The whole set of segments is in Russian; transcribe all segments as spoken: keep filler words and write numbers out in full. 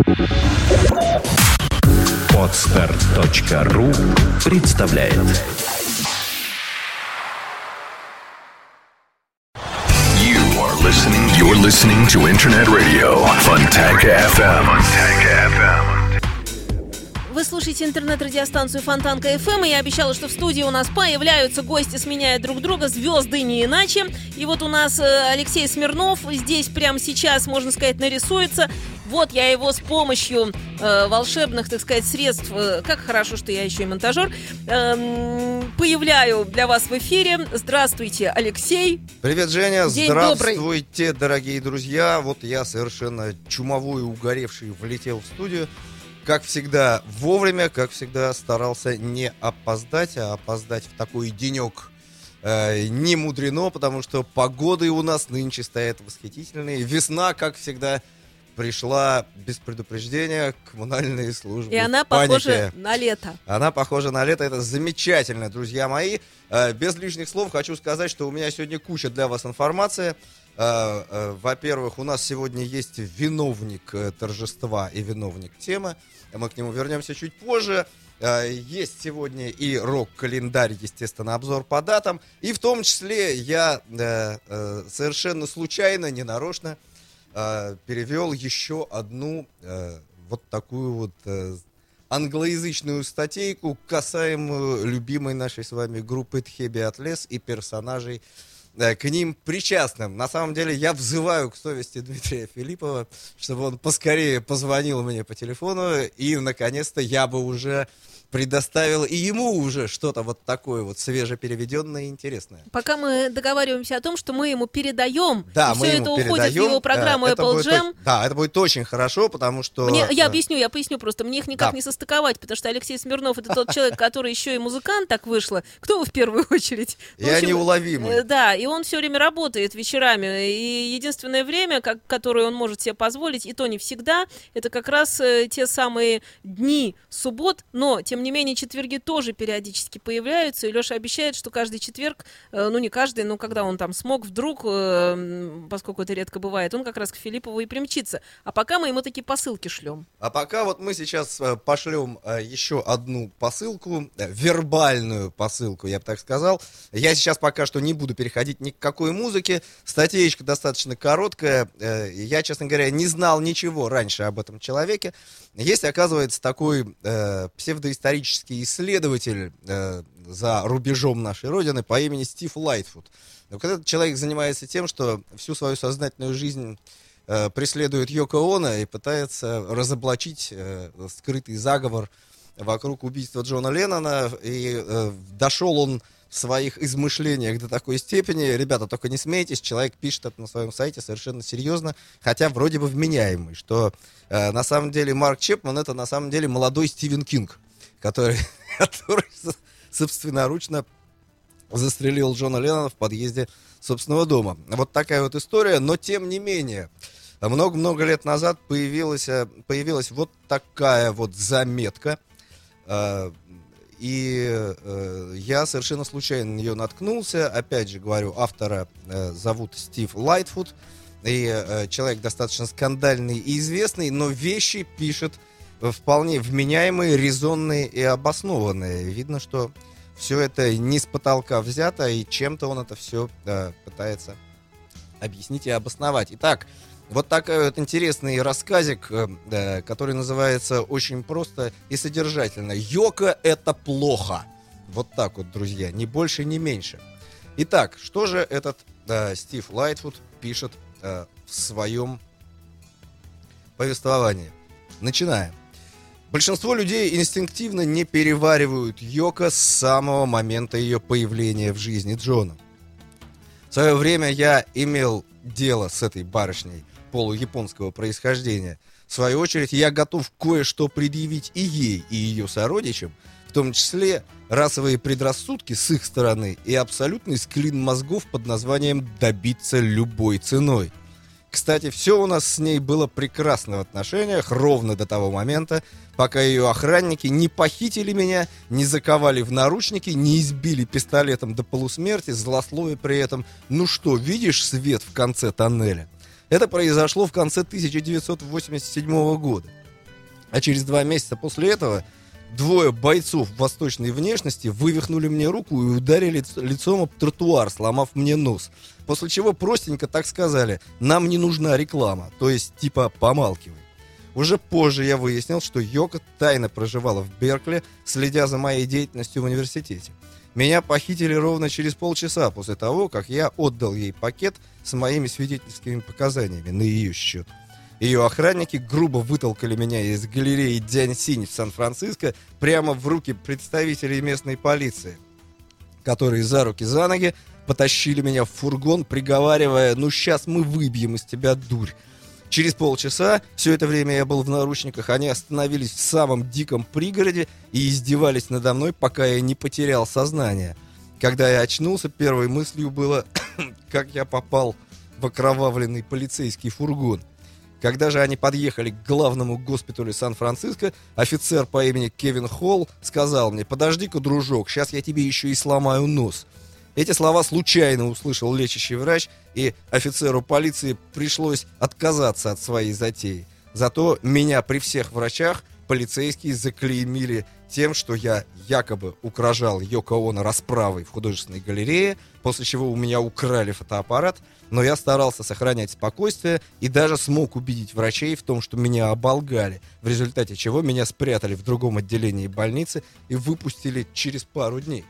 Подстер точка ру представляет. You are listening. You're listening to Internet Radio Fontanka эф эм. Fontanka эф эм. Вы слушаете интернет-радиостанцию Фонтанка эф эм, и я обещала, что в студии у нас появляются гости, сменяют друг друга, звезды не иначе. И вот у нас Алексей Смирнов здесь прямо сейчас, можно сказать, нарисуется. Вот я его с помощью э, волшебных, так сказать, средств, э, как хорошо, что я еще и монтажер, э, появляю для вас в эфире. Здравствуйте, Алексей. Привет, Женя. День Здравствуйте, добрый. Дорогие друзья. Вот я совершенно чумовой, угоревший, влетел в студию. Как всегда, вовремя, как всегда, старался не опоздать, а опоздать в такой денек э, не мудрено, потому что погоды у нас нынче стоят восхитительные. Весна, как всегда, пришла без предупреждения, коммунальные службы. И она похожа на лето. Она похожа на лето, это замечательно, друзья мои. Э, без лишних слов хочу сказать, что у меня сегодня куча для вас информации. Э, э, во-первых, у нас сегодня есть виновник э, торжества и виновник темы. Мы к нему вернемся чуть позже. Э, есть сегодня и рок-календарь, естественно, обзор по датам. И в том числе я э, э, совершенно случайно, ненарочно э, перевел еще одну э, вот такую вот э, англоязычную статейку, касаемую любимой нашей с вами группы Тхеби Атлес и персонажей к ним причастным. На самом деле я взываю к совести Дмитрия Филиппова, чтобы он поскорее позвонил мне по телефону, и наконец-то я бы уже предоставил и ему уже что-то вот такое вот свежепереведенное и интересное. Пока мы договариваемся о том, что мы ему передаем, да, и мы все ему это передаем, уходит в его программу это Apple будет Jam. Очень, да, это будет очень хорошо, потому что... Мне, я объясню, я поясню просто. Мне их никак да. не состыковать, потому что Алексей Смирнов — это тот человек, который еще и музыкант, так вышло. Кто вы в первую очередь? Я в общем, неуловимый. Да, и он все время работает вечерами. И единственное время, как, которое он может себе позволить, и то не всегда, это как раз э, те самые дни суббот, но, тем не менее, четверги тоже периодически появляются, и Леша обещает, что каждый четверг, э, ну не каждый, но когда он там смог вдруг, э, поскольку это редко бывает, он как раз к Филиппову и примчится. А пока мы ему такие посылки шлем. А пока вот мы сейчас э, пошлем э, еще одну посылку, э, вербальную посылку, я бы так сказал. Я сейчас пока что не буду переходить ни к какой музыке. Статейка достаточно короткая. Э, я, честно говоря, не знал ничего раньше об этом человеке. Есть, оказывается, такой э, псевдоисторический исследователь э, за рубежом нашей Родины по имени Стив Лайтфуд. Вот этот человек занимается тем, что всю свою сознательную жизнь э, преследует Йоко Оно и пытается разоблачить э, скрытый заговор вокруг убийства Джона Леннона. И э, дошел он в своих измышлениях до такой степени. Ребята, только не смейтесь, человек пишет это на своем сайте совершенно серьезно, хотя вроде бы вменяемый, что э, на самом деле Марк Чепман — это на самом деле молодой Стивен Кинг, который, который собственноручно застрелил Джона Леннона в подъезде собственного дома. Вот такая вот история, но тем не менее, много-много лет назад появилась, появилась вот такая вот заметка, и э, я совершенно случайно на нее наткнулся. Опять же говорю, автора э, зовут Стив Лайтфуд. И э, человек достаточно скандальный и известный, но вещи пишет вполне вменяемые, резонные и обоснованные. Видно, что все это не с потолка взято, и чем-то он это все э, пытается объяснить и обосновать. Итак, вот такой вот интересный рассказик, э, который называется очень просто и содержательно. «Йоко — это плохо». Вот так вот, друзья, ни больше, ни меньше. Итак, что же этот э, Стив Лайтфуд пишет э, в своем повествовании? Начинаем. Большинство людей инстинктивно не переваривают Йоко с самого момента ее появления в жизни Джона. В свое время я имел дело с этой барышней полуяпонского происхождения. В свою очередь, я готов кое-что предъявить и ей, и ее сородичам, в том числе расовые предрассудки с их стороны и абсолютный склин мозгов под названием «добиться любой ценой». Кстати, все у нас с ней было прекрасно в отношениях ровно до того момента, пока ее охранники не похитили меня, не заковали в наручники, не избили пистолетом до полусмерти, злословя при этом: «Ну что, видишь свет в конце тоннеля?» Это произошло в конце тысяча девятьсот восемьдесят седьмого года. А через два месяца после этого двое бойцов восточной внешности вывихнули мне руку и ударили лицом об тротуар, сломав мне нос. После чего простенько так сказали: нам не нужна реклама, то есть типа помалкивай. Уже позже я выяснил, что Йоко тайно проживала в Беркли, следя за моей деятельностью в университете. Меня похитили ровно через полчаса после того, как я отдал ей пакет с моими свидетельскими показаниями на ее счет. Ее охранники грубо вытолкали меня из галереи Дзянсинь в Сан-Франциско прямо в руки представителей местной полиции, которые за руки за ноги потащили меня в фургон, приговаривая: ну сейчас мы выбьем из тебя дурь. Через полчаса, все это время я был в наручниках, они остановились в самом диком пригороде и издевались надо мной, пока я не потерял сознание. Когда я очнулся, первой мыслью было, как я попал в окровавленный полицейский фургон. Когда же они подъехали к главному госпиталю Сан-Франциско, офицер по имени Кевин Холл сказал мне: подожди-ка, дружок, сейчас я тебе еще и сломаю нос. Эти слова случайно услышал лечащий врач, и офицеру полиции пришлось отказаться от своей затеи. Зато меня при всех врачах полицейские заклеймили тем, что я якобы угрожал Йоко Оно расправой в художественной галерее, после чего у меня украли фотоаппарат, но я старался сохранять спокойствие и даже смог убедить врачей в том, что меня оболгали, в результате чего меня спрятали в другом отделении больницы и выпустили через пару дней.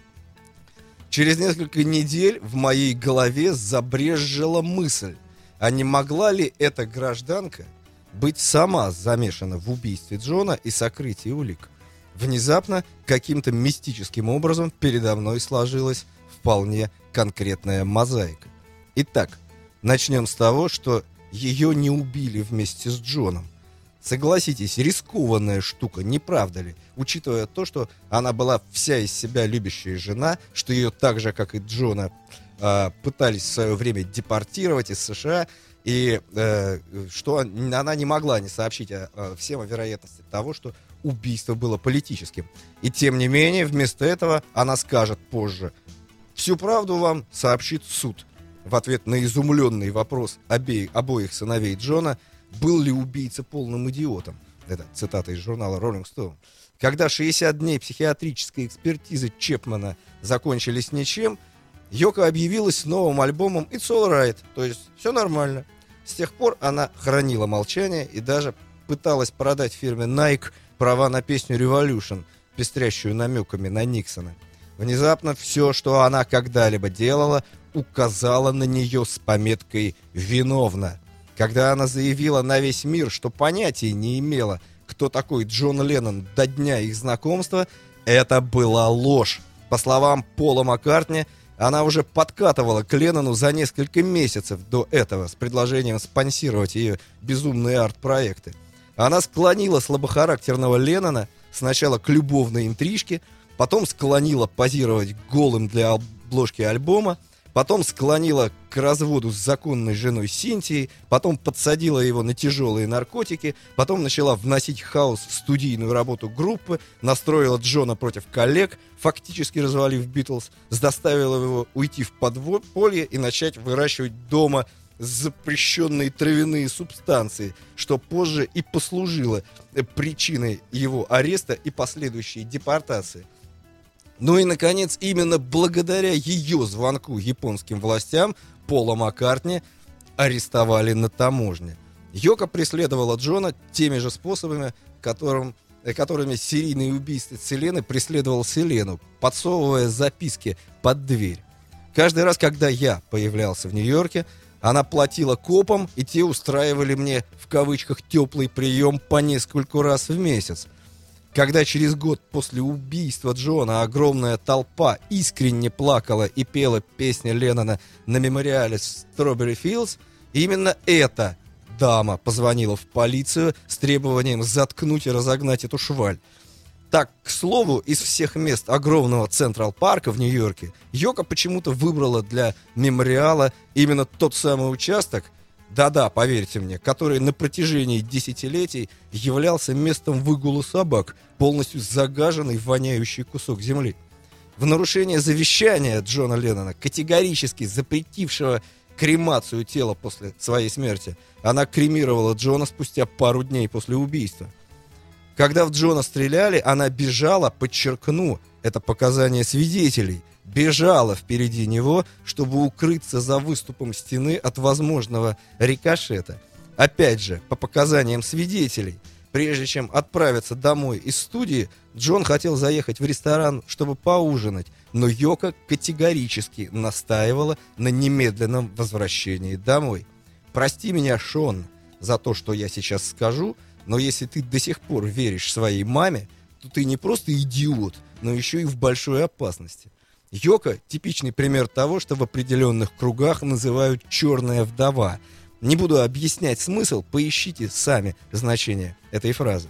Через несколько недель в моей голове забрезжила мысль: а не могла ли эта гражданка быть сама замешана в убийстве Джона и сокрытии улик? Внезапно, каким-то мистическим образом передо мной сложилась вполне конкретная мозаика. Итак, начнем с того, что ее не убили вместе с Джоном. Согласитесь, рискованная штука, не правда ли? Учитывая то, что она была вся из себя любящая жена, что ее так же, как и Джона, э, пытались в свое время депортировать из США, и э, что она не могла не сообщить о, о, всем о вероятности того, что убийство было политическим. И тем не менее, вместо этого она скажет позже: всю правду вам сообщит суд. В ответ на изумленный вопрос обеих, обоих сыновей Джона: был ли убийца полным идиотом? Это цитата из журнала Rolling Stone. Когда шестьдесят дней психиатрической экспертизы Чепмана закончились ничем, Йоко объявилась с новым альбомом It's All Right, то есть все нормально. С тех пор она хранила молчание и даже пыталась продать фирме Nike права на песню Revolution, пестрящую намеками на Никсона. Внезапно все, что она когда-либо делала, указало на нее с пометкой «виновна». Когда она заявила на весь мир, что понятия не имела, кто такой Джон Леннон до дня их знакомства, это была ложь. По словам Пола Маккартни, она уже подкатывала к Леннону за несколько месяцев до этого с предложением спонсировать ее безумные арт-проекты. Она склонила слабохарактерного Леннона сначала к любовной интрижке, потом склонила позировать голым для обложки альбома, потом склонила к разводу с законной женой Синтией, потом подсадила его на тяжелые наркотики, потом начала вносить хаос в студийную работу группы, настроила Джона против коллег, фактически развалив Битлз, заставила его уйти в подполье и начать выращивать дома запрещенные травяные субстанции, что позже и послужило причиной его ареста и последующей депортации. Ну и, наконец, именно благодаря ее звонку японским властям Пола Маккартни арестовали на таможне. Йоко преследовала Джона теми же способами, которым, которыми серийный убийца Селены преследовал Селену, подсовывая записки под дверь. Каждый раз, когда я появлялся в Нью-Йорке, она платила копам, и те устраивали мне, в кавычках, теплый прием по нескольку раз в месяц. Когда через год после убийства Джона огромная толпа искренне плакала и пела песни Леннона на мемориале Strawberry Fields, именно эта дама позвонила в полицию с требованием заткнуть и разогнать эту шваль. Так, к слову, из всех мест огромного Централ-парка в Нью-Йорке Йоко почему-то выбрала для мемориала именно тот самый участок, да-да, поверьте мне, который на протяжении десятилетий являлся местом выгула собак, полностью загаженный, воняющий кусок земли. В нарушение завещания Джона Леннона, категорически запретившего кремацию тела после своей смерти, она кремировала Джона спустя пару дней после убийства. Когда в Джона стреляли, она бежала, подчеркну, это показания свидетелей, бежала впереди него, чтобы укрыться за выступом стены от возможного рикошета. Опять же, по показаниям свидетелей, прежде чем отправиться домой из студии, Джон хотел заехать в ресторан, чтобы поужинать, но Йоко категорически настаивала на немедленном возвращении домой. «Прости меня, Шон, за то, что я сейчас скажу, но если ты до сих пор веришь своей маме, то ты не просто идиот, но еще и в большой опасности». Йоко – типичный пример того, что в определенных кругах называют «черная вдова». Не буду объяснять смысл, поищите сами значение этой фразы.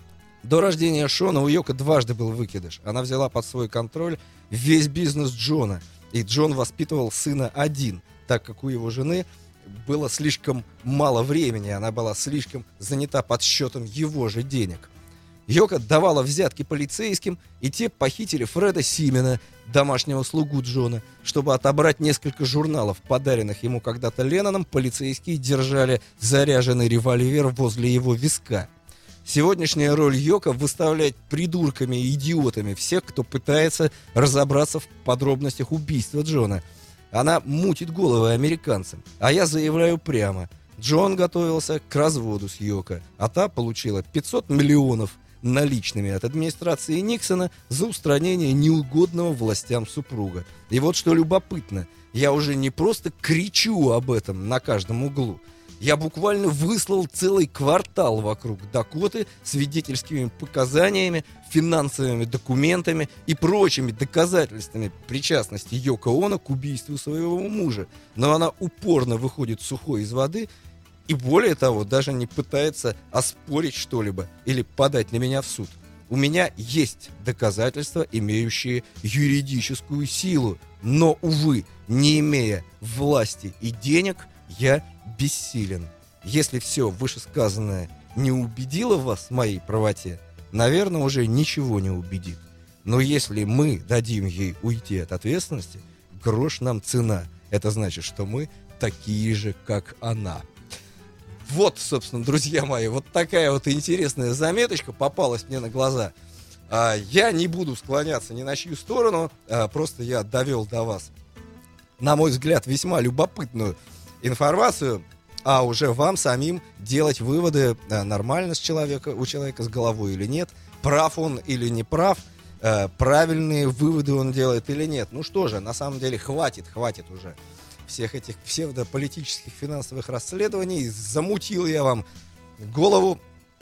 До рождения Шона у Йоко дважды был выкидыш. Она взяла под свой контроль весь бизнес Джона, и Джон воспитывал сына один, так как у его жены было слишком мало времени, она была слишком занята подсчетом его же денег. Йоко давала взятки полицейским, и те похитили Фреда Симена, домашнего слугу Джона. Чтобы отобрать несколько журналов, подаренных ему когда-то Ленноном, полицейские держали заряженный револьвер возле его виска. Сегодняшняя роль Йоко — выставлять придурками и идиотами всех, кто пытается разобраться в подробностях убийства Джона. Она мутит головы американцам, а я заявляю прямо: Джон готовился к разводу с Йоко, а та получила пятьсот миллионов наличными от администрации Никсона за устранение неугодного властям супруга. И вот что любопытно, я уже не просто кричу об этом на каждом углу, я буквально выслал целый квартал вокруг Дакоты свидетельскими показаниями, финансовыми документами и прочими доказательствами причастности Йоко Оно к убийству своего мужа. Но она упорно выходит сухой из воды и, более того, даже не пытается оспорить что-либо или подать на меня в суд. У меня есть доказательства, имеющие юридическую силу, но, увы, не имея власти и денег, я бессилен. Если все вышесказанное не убедило вас в моей правоте, наверное, уже ничего не убедит. Но если мы дадим ей уйти от ответственности, грош нам цена. Это значит, что мы такие же, как она. Вот, собственно, друзья мои, вот такая вот интересная заметочка попалась мне на глаза. А, я не буду склоняться ни на чью сторону, а, просто я довел до вас, на мой взгляд, весьма любопытную информацию, а уже вам самим делать выводы, а, нормально с человека, у человека с головой или нет, прав он или не прав, а, правильные выводы он делает или нет. Ну что же, на самом деле хватит, хватит уже всех этих псевдополитических финансовых расследований. Замутил я вам голову.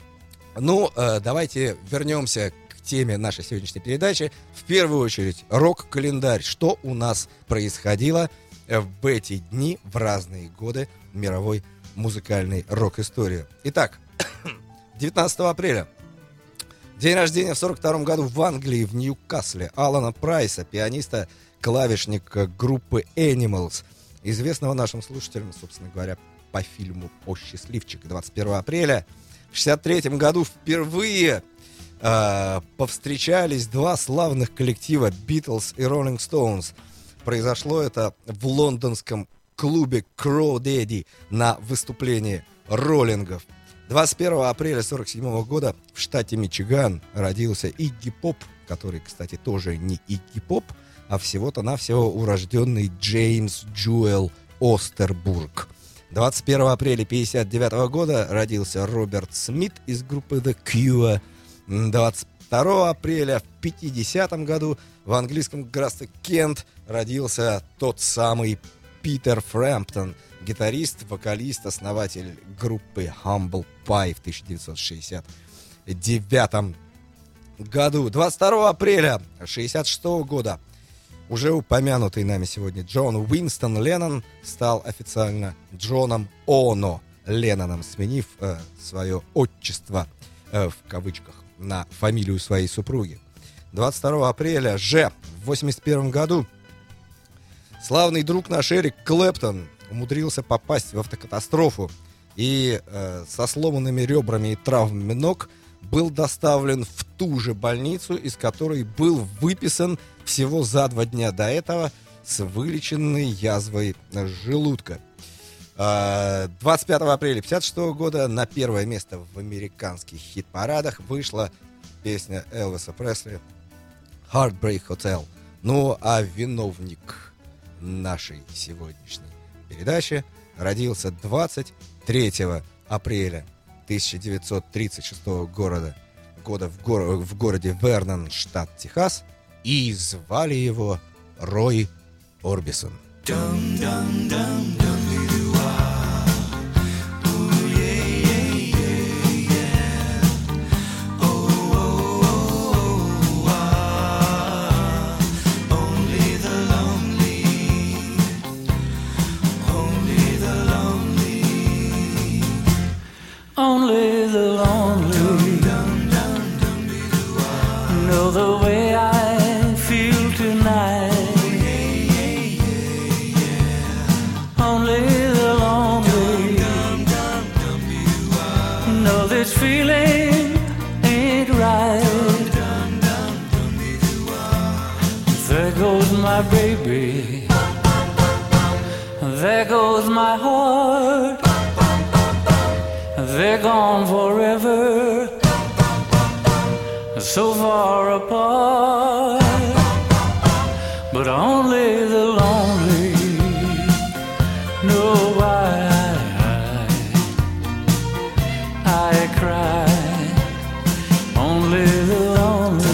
Ну, э, давайте вернемся к теме нашей сегодняшней передачи. В первую очередь, рок-календарь. Что у нас происходило в эти дни, в разные годы мировой музыкальной рок-истории. Итак, девятнадцатого апреля. День рождения в сорок втором году в Англии, в Ньюкасле, Алана Прайса, пианиста, клавишника группы Animals, известного нашим слушателям, собственно говоря, по фильму «О счастливчик». двадцать первого апреля в шестьдесят третьем году впервые э, повстречались два славных коллектива Beatles и Rolling Stones. Произошло это в лондонском клубе Crow Daddy на выступлении роллингов. двадцать первого апреля сорок седьмого года в штате Мичиган родился Игги Поп, который, кстати, тоже не Игги Поп, а всего-то навсего урожденный Джеймс Джуэл Остербург. двадцать первого апреля пятьдесят девятого года родился Роберт Смит из группы The Cure. двадцать второго апреля в пятидесятом году в английском графстве Кент родился тот самый Питер Фрэмптон, гитарист, вокалист, основатель группы Humble Pie в тысяча девятьсот шестьдесят девятом году. двадцать второго апреля шестьдесят шестого года уже упомянутый нами сегодня Джон Уинстон Леннон стал официально Джоном Оно Ленноном, сменив э, свое отчество, э, в кавычках, на фамилию своей супруги. двадцать второго апреля же в восемьдесят первом году славный друг наш Эрик Клэптон умудрился попасть в автокатастрофу и э, со сломанными ребрами и травмами ног был доставлен в ту же больницу, из которой был выписан всего за два дня до этого с вылеченной язвой желудка. двадцать пятого апреля пятьдесят шестого года на первое место в американских хит-парадах вышла песня Элвиса Пресли «Heartbreak Hotel». Ну, а виновник нашей сегодняшней передачи родился двадцать третьего апреля тысяча девятьсот тридцать шестого года, года в, гор- в городе Вернон, штат Техас, и звали его Рой Орбисон. Only the lonely know the way I feel tonight. Only the lonely know this feeling ain't right. There goes my baby, there goes my heart. They're gone forever, so far apart. But only the lonely know why I, I cry. Only the lonely.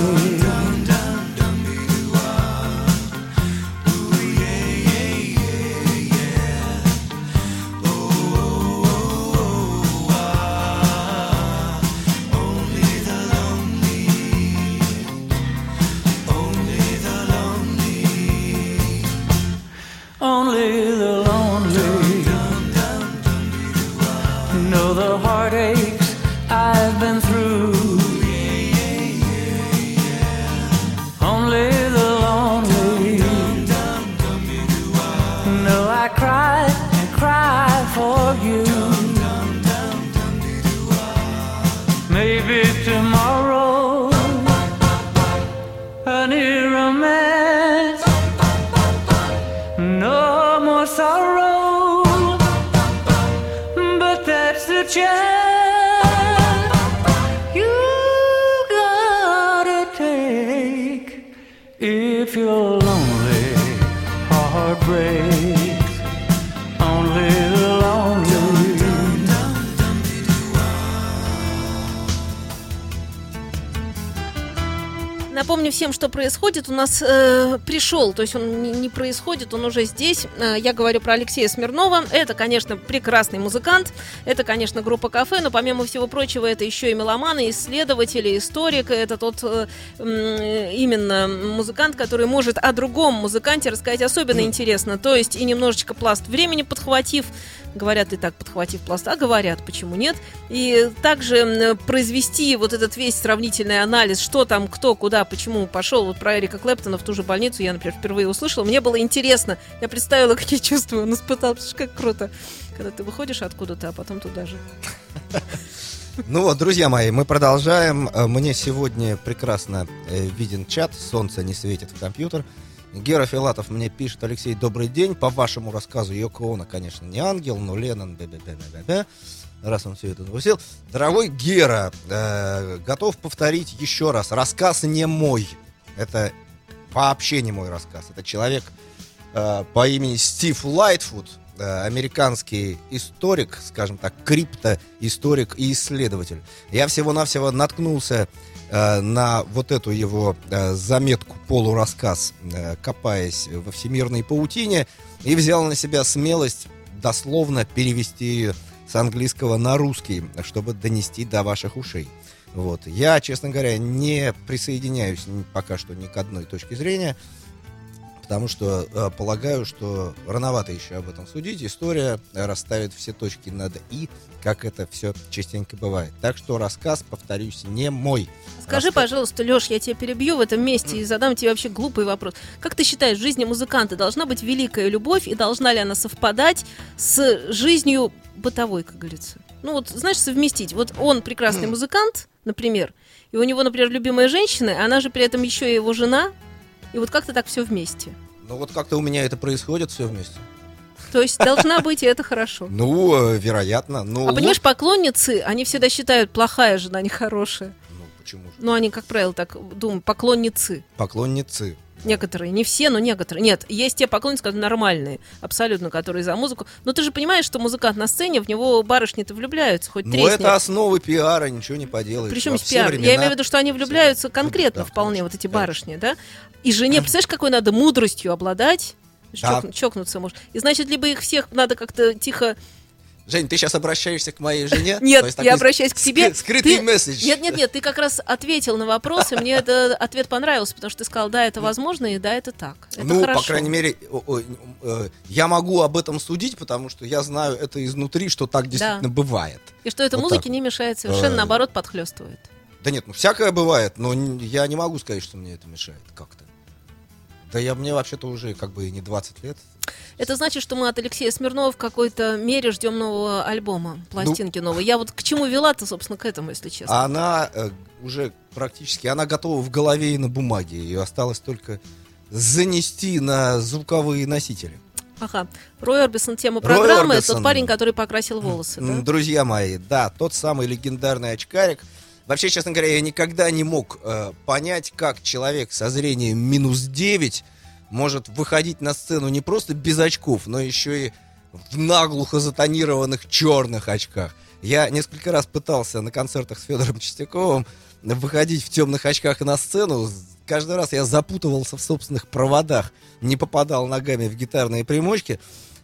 Only the lonely know the heartaches I've been through. Only the lonely know I cry and cry for you. Maybe tomorrow a new romance. No more sorrow, but that's the chance you gotta take if you're lonely. Heart breaks, only the lonely. Напомню всем, что происходит. У нас э, пришел, то есть он не, не происходит, он уже здесь. Э, я говорю про Алексея Смирнова. Это, конечно, прекрасный музыкант. Это, конечно, группа «Кафе», но, помимо всего прочего, это еще и меломан, и исследователь, и историк. Это тот э, э, именно музыкант, который может о другом музыканте рассказать особенно интересно. То есть и немножечко пласт времени подхватив. Говорят и так, подхватив пласт, а говорят, почему нет. И также произвести вот этот весь сравнительный анализ, что там, кто, куда, почему пошел. Вот про Эрика Клэптона в ту же больницу я, например, впервые услышала. Мне было интересно. Я представила, какие чувства он испытал. Потому что как круто, когда ты выходишь откуда-то, а потом туда же. Ну вот, друзья мои, мы продолжаем. Мне сегодня прекрасно виден чат. Солнце не светит в компьютер. Гера Филатов мне пишет: Алексей, добрый день. По вашему рассказу, Йоко Оно, конечно, не ангел, но Леннон, бе-бе-бе-бе-бе. Раз он все это допустил. Дорогой Гера, э, готов повторить еще раз. Рассказ не мой. Это вообще не мой рассказ. Это человек э, по имени Стив Лайтфуд, э, американский историк, скажем так, криптоисторик и исследователь. Я всего-навсего наткнулся на вот эту его э, заметку, полурассказ, э, копаясь во всемирной паутине, и взял на себя смелость дословно перевести ее с английского на русский, чтобы донести до ваших ушей. Вот. Я, честно говоря, не присоединяюсь пока что ни к одной точке зрения, потому что э, полагаю, что рановато еще об этом судить. История расставит все точки над «и», как это все частенько бывает. Так что рассказ, повторюсь, не мой. Скажи, Рассказ... пожалуйста, Леш, я тебя перебью в этом месте и задам тебе вообще глупый вопрос. Как ты считаешь, в жизни музыканта должна быть великая любовь, и должна ли она совпадать с жизнью бытовой, как говорится? Ну вот, знаешь, совместить. Вот он прекрасный музыкант, например, и у него, например, любимая женщина, она же при этом еще и его жена, и вот как-то так все вместе. Ну вот как-то у меня это происходит все вместе. То есть должна быть, и это хорошо. Ну, э, вероятно. Но А понимаешь, поклонницы, они всегда считают, плохая жена, не хорошая. Ну, почему же? Ну, они, как правило, так думают, поклонницы. Поклонницы. Некоторые, не все, но некоторые. Нет, есть те поклонницы, которые нормальные, абсолютно, которые за музыку. Но ты же понимаешь, что музыкант на сцене, в него барышни-то влюбляются, хоть Ну, треснет. это основы пиара, ничего не поделаешь. Причем Во здесь все пиар. времена Я имею в виду, что они влюбляются все- конкретно да, вполне, конечно, вот эти конечно. барышни, да? И жене, представляешь, какой надо мудростью обладать? Да. Чок- чокнуться может. И значит, либо их всех надо как-то тихо... Жень, ты сейчас обращаешься к моей жене? Нет, То есть я такой обращаюсь к ск- тебе. Скрытый Ты- месседж. Нет, нет, нет, ты как раз ответил на вопрос, и мне этот ответ понравился, потому что ты сказал, да, это возможно, и да, это так. Это Ну, хорошо. по крайней мере, о- о- э, я могу об этом судить, потому что я знаю это изнутри, что так действительно бывает. И что это вот музыке так не мешает, совершенно Э, наоборот подхлестывает. Да нет, ну всякое бывает, но н- я не могу сказать, что мне это мешает как-то. Да я мне вообще-то уже как бы и не двадцать лет. Это значит, что мы от Алексея Смирнова в какой-то мере ждем нового альбома, пластинки новой. Я вот к чему вела-то, собственно, к этому, если честно. А она э, уже практически, она готова в голове и на бумаге. Ее осталось только занести на звуковые носители. Ага. Рой Орбисон, тема Рой программы, Орбисон. тот парень, который покрасил волосы, М, да? Друзья мои, да, тот самый легендарный очкарик. Вообще, честно говоря, я никогда не мог э, понять, как человек со зрением минус девять может выходить на сцену не просто без очков, но еще и в наглухо затонированных черных очках. Я несколько раз пытался на концертах с Федором Чистяковым выходить в темных очках на сцену. Каждый раз я запутывался в собственных проводах, не попадал ногами в гитарные примочки.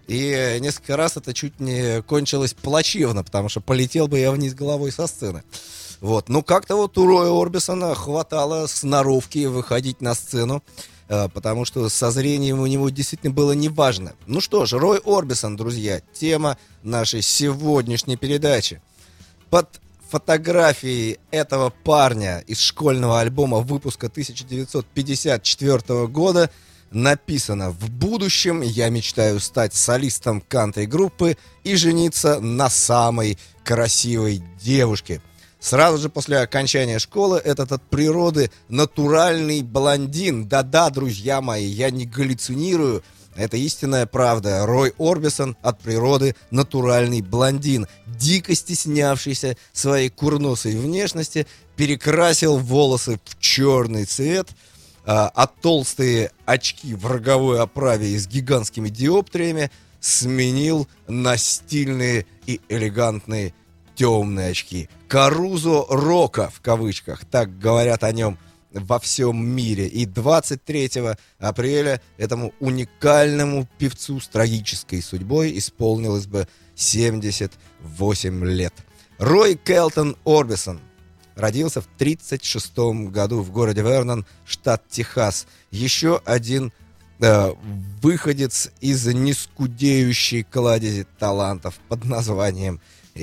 И несколько раз это чуть не кончилось плачевно, потому что полетел бы я вниз головой со сцены. Вот. Ну, как-то вот у Роя Орбисона хватало сноровки выходить на сцену, э, потому что со зрением у него действительно было неважно. Ну что ж, Рой Орбисон, друзья, тема нашей сегодняшней передачи. Под фотографией этого парня из школьного альбома выпуска тысяча девятьсот пятьдесят четвёртого года написано: «В будущем я мечтаю стать солистом кантри-группы и жениться на самой красивой девушке». Сразу же после окончания школы этот от природы натуральный блондин. Да-да, друзья мои, я не галлюцинирую. Это истинная правда. Рой Орбисон от природы натуральный блондин, дико стеснявшийся своей курносой внешности, перекрасил волосы в черный цвет, а, а толстые очки в роговой оправе и с гигантскими диоптриями сменил на стильные и элегантные темные очки. Карузо Рока, в кавычках, так говорят о нем во всем мире. И двадцать третьего апреля этому уникальному певцу с трагической судьбой исполнилось бы семьдесят восемь лет. Рой Келтон Орбисон родился в тридцать шестом году в городе Вернон, штат Техас. Еще один э, выходец из нескудеющей кладези талантов под названием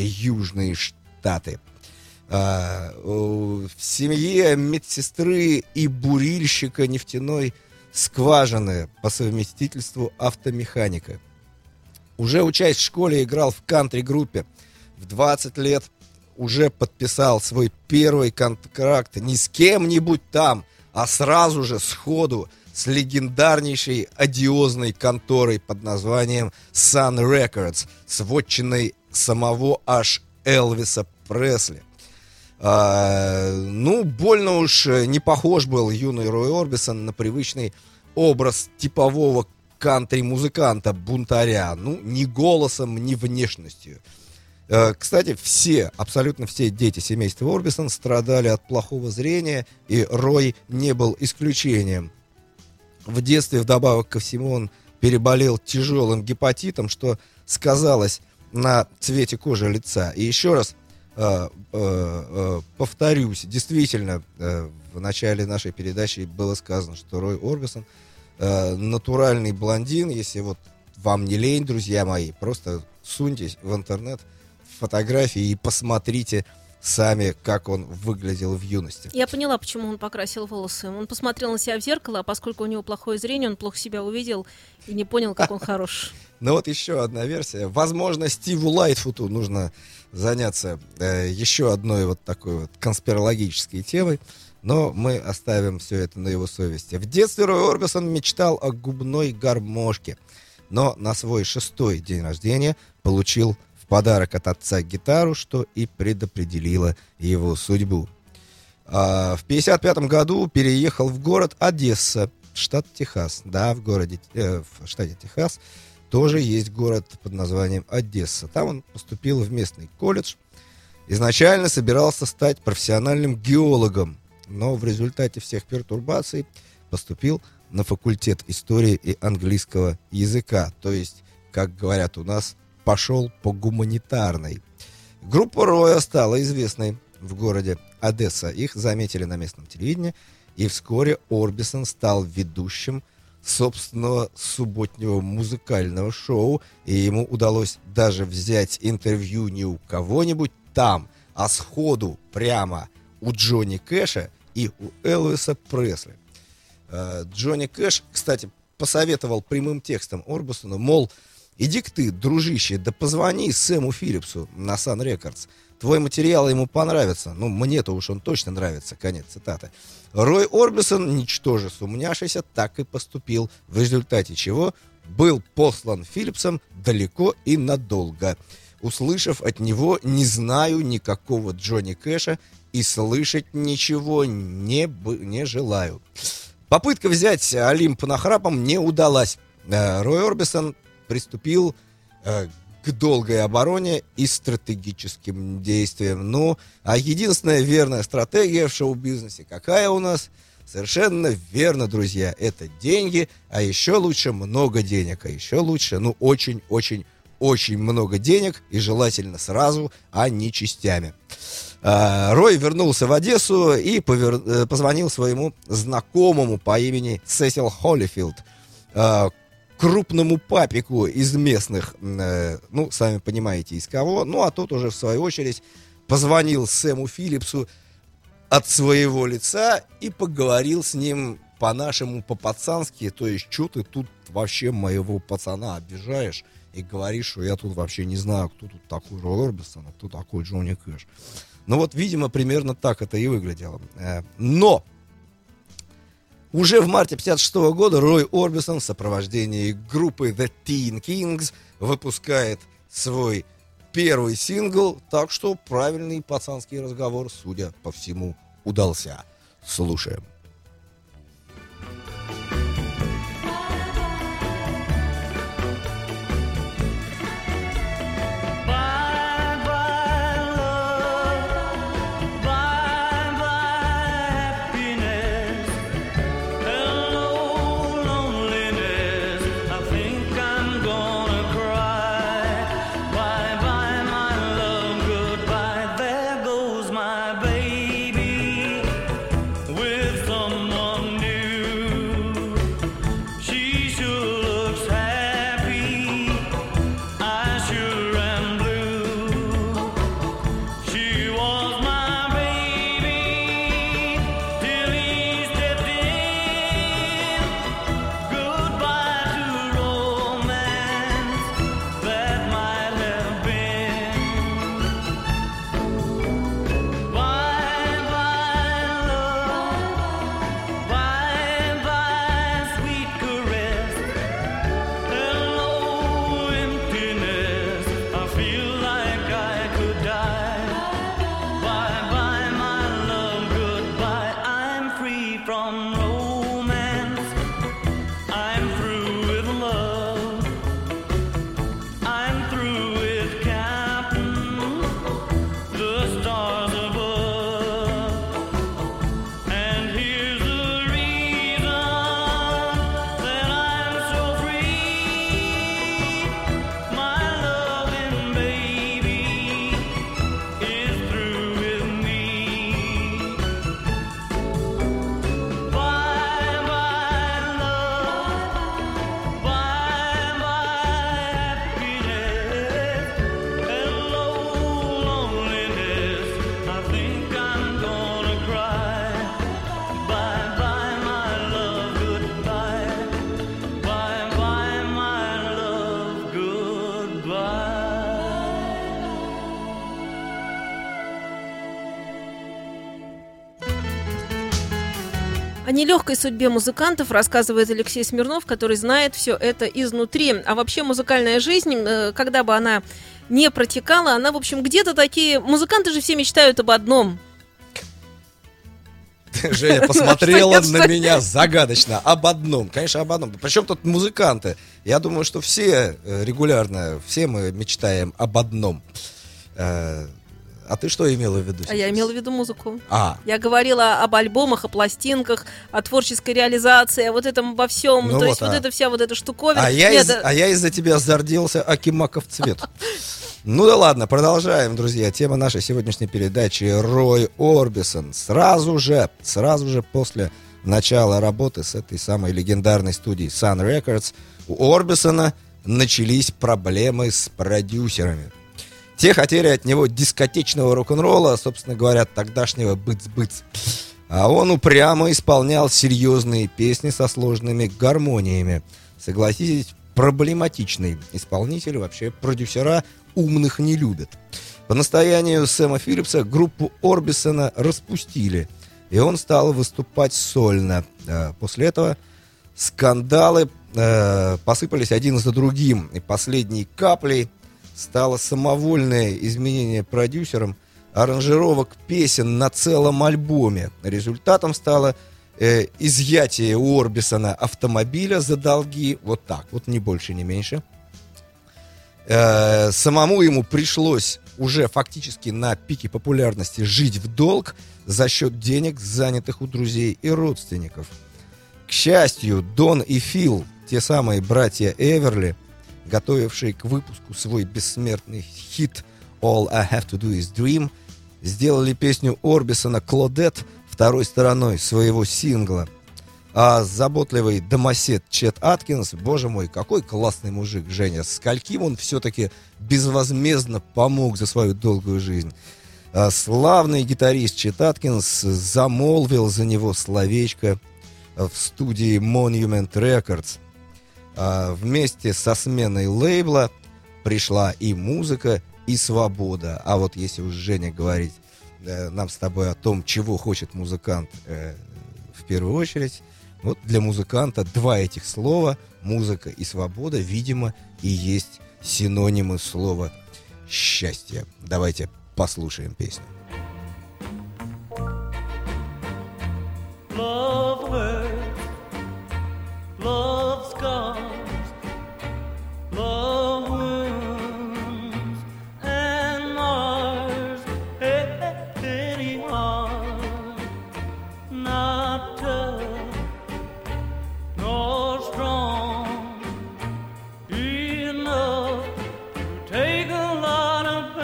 Южные Штаты. А, в семье медсестры и бурильщика нефтяной скважины, по совместительству автомеханика. Уже учась в школе, играл в кантри-группе. В двадцать лет уже подписал свой первый контракт не с кем-нибудь там, а сразу же сходу с легендарнейшей одиозной конторой под названием Sun Records, с вотчиной самого аж Элвиса Пресли. А, ну, больно уж не похож был юный Рой Орбисон на привычный образ типового кантри-музыканта, бунтаря. Ну, ни голосом, ни внешностью. А, кстати, все, абсолютно все дети семейства Орбисон страдали от плохого зрения, и Рой не был исключением. В детстве, вдобавок ко всему, он переболел тяжелым гепатитом, что сказалось на цвете кожи лица. И еще раз э, э, э, повторюсь, действительно, э, в начале нашей передачи было сказано, что Рой Орбисон э, натуральный блондин. Если вот вам не лень, друзья мои, просто суньтесь в интернет, в фотографии и посмотрите сами, как он выглядел в юности. Я поняла, почему он покрасил волосы. Он посмотрел на себя в зеркало, а поскольку у него плохое зрение, он плохо себя увидел и не понял, как он хорош. Ну вот еще одна версия. Возможно, Стиву Лайтфуту нужно заняться э, еще одной вот такой вот конспирологической темой, но мы оставим все это на его совести. В детстве Рой Орбисон мечтал о губной гармошке. но на свой шестой день рождения получил в подарок от отца гитару, что и предопределило его судьбу. А в пятьдесят пятом году переехал в город Одесса, штат Техас. Да, в городе, э, в штате Техас тоже есть город под названием Одесса. Там он поступил в местный колледж. Изначально собирался стать профессиональным геологом, но в результате всех пертурбаций поступил на факультет истории и английского языка. То есть, как говорят у нас, пошел по гуманитарной. Группа Роя стала известной в городе Одесса. Их заметили на местном телевидении, и вскоре Орбисон стал ведущим собственного субботнего музыкального шоу, и ему удалось даже взять интервью не у кого-нибудь там, а сходу прямо у Джонни Кэша и у Элвиса Пресли. Джонни Кэш, кстати, посоветовал прямым текстом Орбисону, мол, иди-ка ты, дружище, да позвони Сэму Филлипсу на Sun Records. Твой материал ему понравится. Ну, мне-то уж он точно нравится. Конец цитаты. Рой Орбисон, ничтоже сумняшися, так и поступил, в результате чего был послан Филлипсом далеко и надолго. Услышав от него «не знаю никакого Джонни Кэша» и слышать ничего не, б- не желаю. Попытка взять Олимп нахрапом не удалась. Рой Орбисон приступил э, к долгой обороне и стратегическим действиям. Ну, а единственная верная стратегия в шоу-бизнесе какая у нас? Совершенно верно, друзья, это деньги, а еще лучше много денег, а еще лучше, ну, очень-очень-очень много денег, и желательно сразу, а не частями. Рой вернулся в Одессу и повер... позвонил своему знакомому по имени Сесил Холлифилд, крупному папику из местных, ну, сами понимаете, из кого. Ну, а тот уже, в свою очередь, позвонил Сэму Филлипсу от своего лица и поговорил с ним по-нашему, по-пацански. То есть, что ты тут вообще моего пацана обижаешь и говоришь, что я тут вообще не знаю, кто тут такой Рой Орбисон, а кто такой Джонни Кэш. Ну, вот, видимо, примерно так это и выглядело. Но уже в марте пятьдесят шестого года Рой Орбисон в сопровождении группы The Teen Kings выпускает свой первый сингл, так что правильный пацанский разговор, судя по всему, удался. Слушаем. With О нелегкой судьбе музыкантов рассказывает Алексей Смирнов, который знает все это изнутри. А вообще музыкальная жизнь, когда бы она не протекала, она, в общем, где-то такие... Музыканты же все мечтают об одном. Женя посмотрела на меня загадочно. Об одном. Конечно, об одном. Причем тут музыканты. Я думаю, что все регулярно, все мы мечтаем об одном. А ты что имела в виду сейчас? А я имела в виду музыку. А. Я говорила об альбомах, о пластинках, о творческой реализации, о вот этом во всем. Ну То вот, есть а. вот эта вся вот эта штуковина. А я, Нет, из, да- а я из-за тебя зарделся Акимаков цвет. Ну да ладно, продолжаем, друзья. Тема нашей сегодняшней передачи — Рой Орбисон. Сразу же, сразу же после начала работы с этой самой легендарной студией Sun Records у Орбисона начались проблемы с продюсерами. Те хотели от него дискотечного рок-н-ролла, собственно говоря, тогдашнего быц-быц. А он упрямо исполнял серьезные песни со сложными гармониями. Согласитесь, проблематичный исполнитель, вообще продюсера умных не любят. По настоянию Сэма Филлипса группу Орбисона распустили, и он стал выступать сольно. После этого скандалы э, посыпались один за другим, и последней каплей стало самовольное изменение продюсером аранжировок песен на целом альбоме. Результатом стало э, изъятие у Орбисона автомобиля за долги. Вот так, вот ни больше, ни меньше. Э, самому ему пришлось уже фактически на пике популярности жить в долг за счет денег, занятых у друзей и родственников. К счастью, Дон и Фил, те самые братья Эверли, готовившие к выпуску свой бессмертный хит «All I Have to Do Is Dream», сделали песню Орбисона «Клодет» второй стороной своего сингла. А заботливый домосед Чет Аткинс, боже мой, какой классный мужик, Женя, скольким он все-таки безвозмездно помог за свою долгую жизнь. А славный гитарист Чет Аткинс замолвил за него словечко в студии Monument Records. А вместе со сменой лейбла пришла и музыка, и свобода. А вот если уж, Женя, говорить э, нам с тобой о том, чего хочет музыкант э, в первую очередь, вот для музыканта два этих слова, музыка и свобода, видимо, и есть синонимы слова счастье. Давайте послушаем песню. Love hurts, love scars, love wounds and mars any heart not tough nor strong enough to take a lot of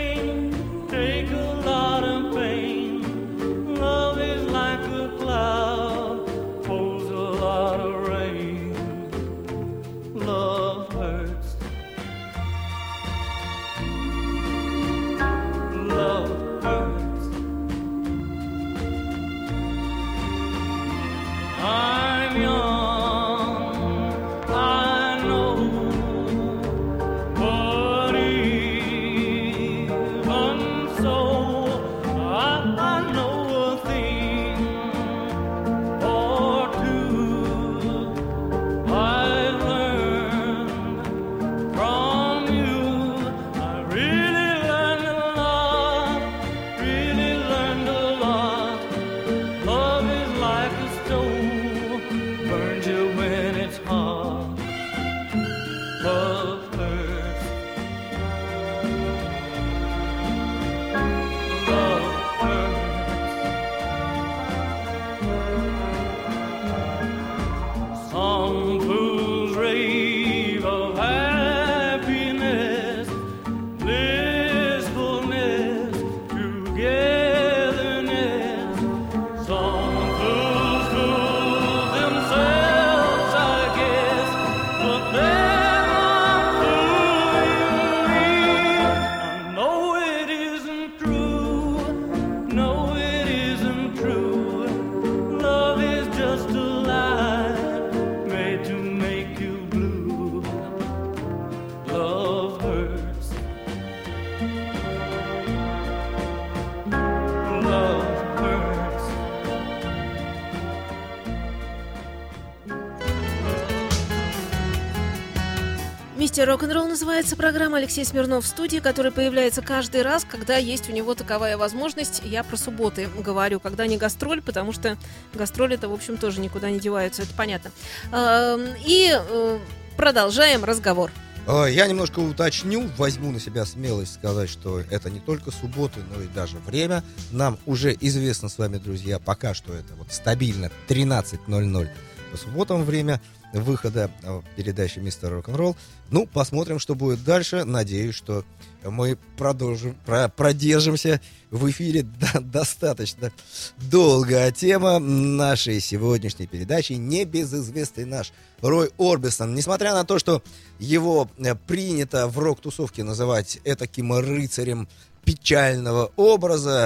pain, take a lot of pain. Love is like a cloud Новости рок-н-ролл называется программа. Алексей Смирнов в студии, который появляется каждый раз, когда есть у него таковая возможность. Я про субботы говорю, когда не гастроль, потому что гастроли-то, в общем, тоже никуда не деваются, это понятно. И продолжаем разговор. Я немножко уточню, возьму на себя смелость сказать, что это не только субботы, но и даже время. Нам уже известно с вами, друзья, пока что это вот стабильно тринадцать ноль ноль по субботам время выхода передачи «Мистер Рок-н-ролл». Ну, посмотрим, что будет дальше. Надеюсь, что мы продолжим, про, продержимся в эфире до, достаточно долго. А тема нашей сегодняшней передачи — небезызвестный наш Рой Орбисон. Несмотря на то, что его принято в рок-тусовке называть этаким рыцарем печального образа,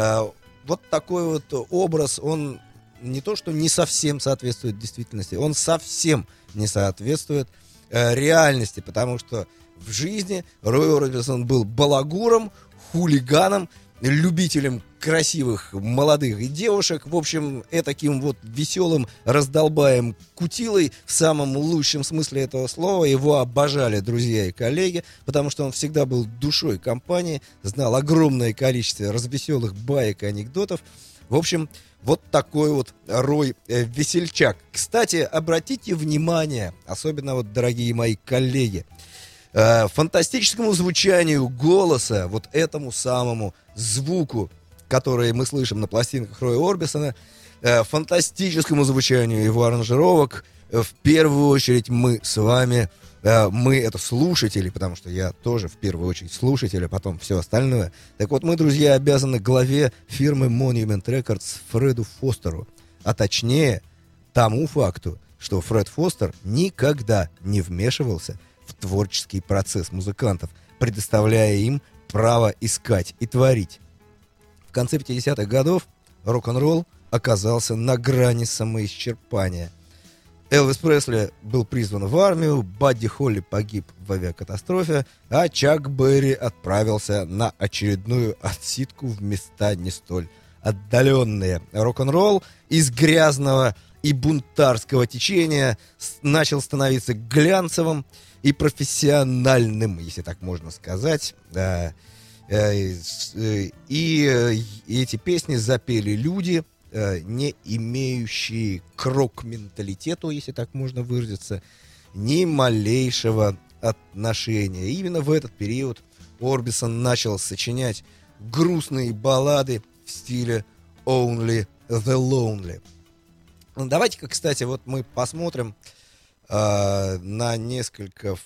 вот такой вот образ, он не то, что не совсем соответствует действительности, он совсем не соответствует э, реальности, потому что в жизни Рой Орбисон был балагуром, хулиганом, любителем красивых молодых девушек, в общем, этаким вот веселым раздолбаем кутилой в самом лучшем смысле этого слова. Его обожали друзья и коллеги, потому что он всегда был душой компании, знал огромное количество развеселых баек и анекдотов. В общем, вот такой вот Рой э, весельчак. Кстати, обратите внимание, особенно вот, дорогие мои коллеги, э, фантастическому звучанию голоса, вот этому самому звуку, который мы слышим на пластинках Роя Орбисона, э, фантастическому звучанию его аранжировок, э, в первую очередь мы с вами, э, мы это слушатели, потому что я тоже в первую очередь слушатель, а потом все остальное. Так вот, мы, друзья, обязаны главе фирмы Monument Records Фреду Фостеру, а точнее тому факту, что Фред Фостер никогда не вмешивался в творческий процесс музыкантов, предоставляя им право искать и творить. В конце пятидесятых годов рок-н-ролл оказался на грани самоисчерпания. Элвис Пресли был призван в армию, Бадди Холли погиб в авиакатастрофе, а Чак Берри отправился на очередную отсидку в места не столь отдаленные. Рок-н-ролл из грязного и бунтарского течения начал становиться глянцевым и профессиональным, если так можно сказать. И эти песни запели люди, не имеющие к рок-менталитету, если так можно выразиться, ни малейшего отношения. И именно в этот период Орбисон начал сочинять грустные баллады в стиле Only the Lonely. Ну, давайте-ка, кстати, вот мы посмотрим э, на несколько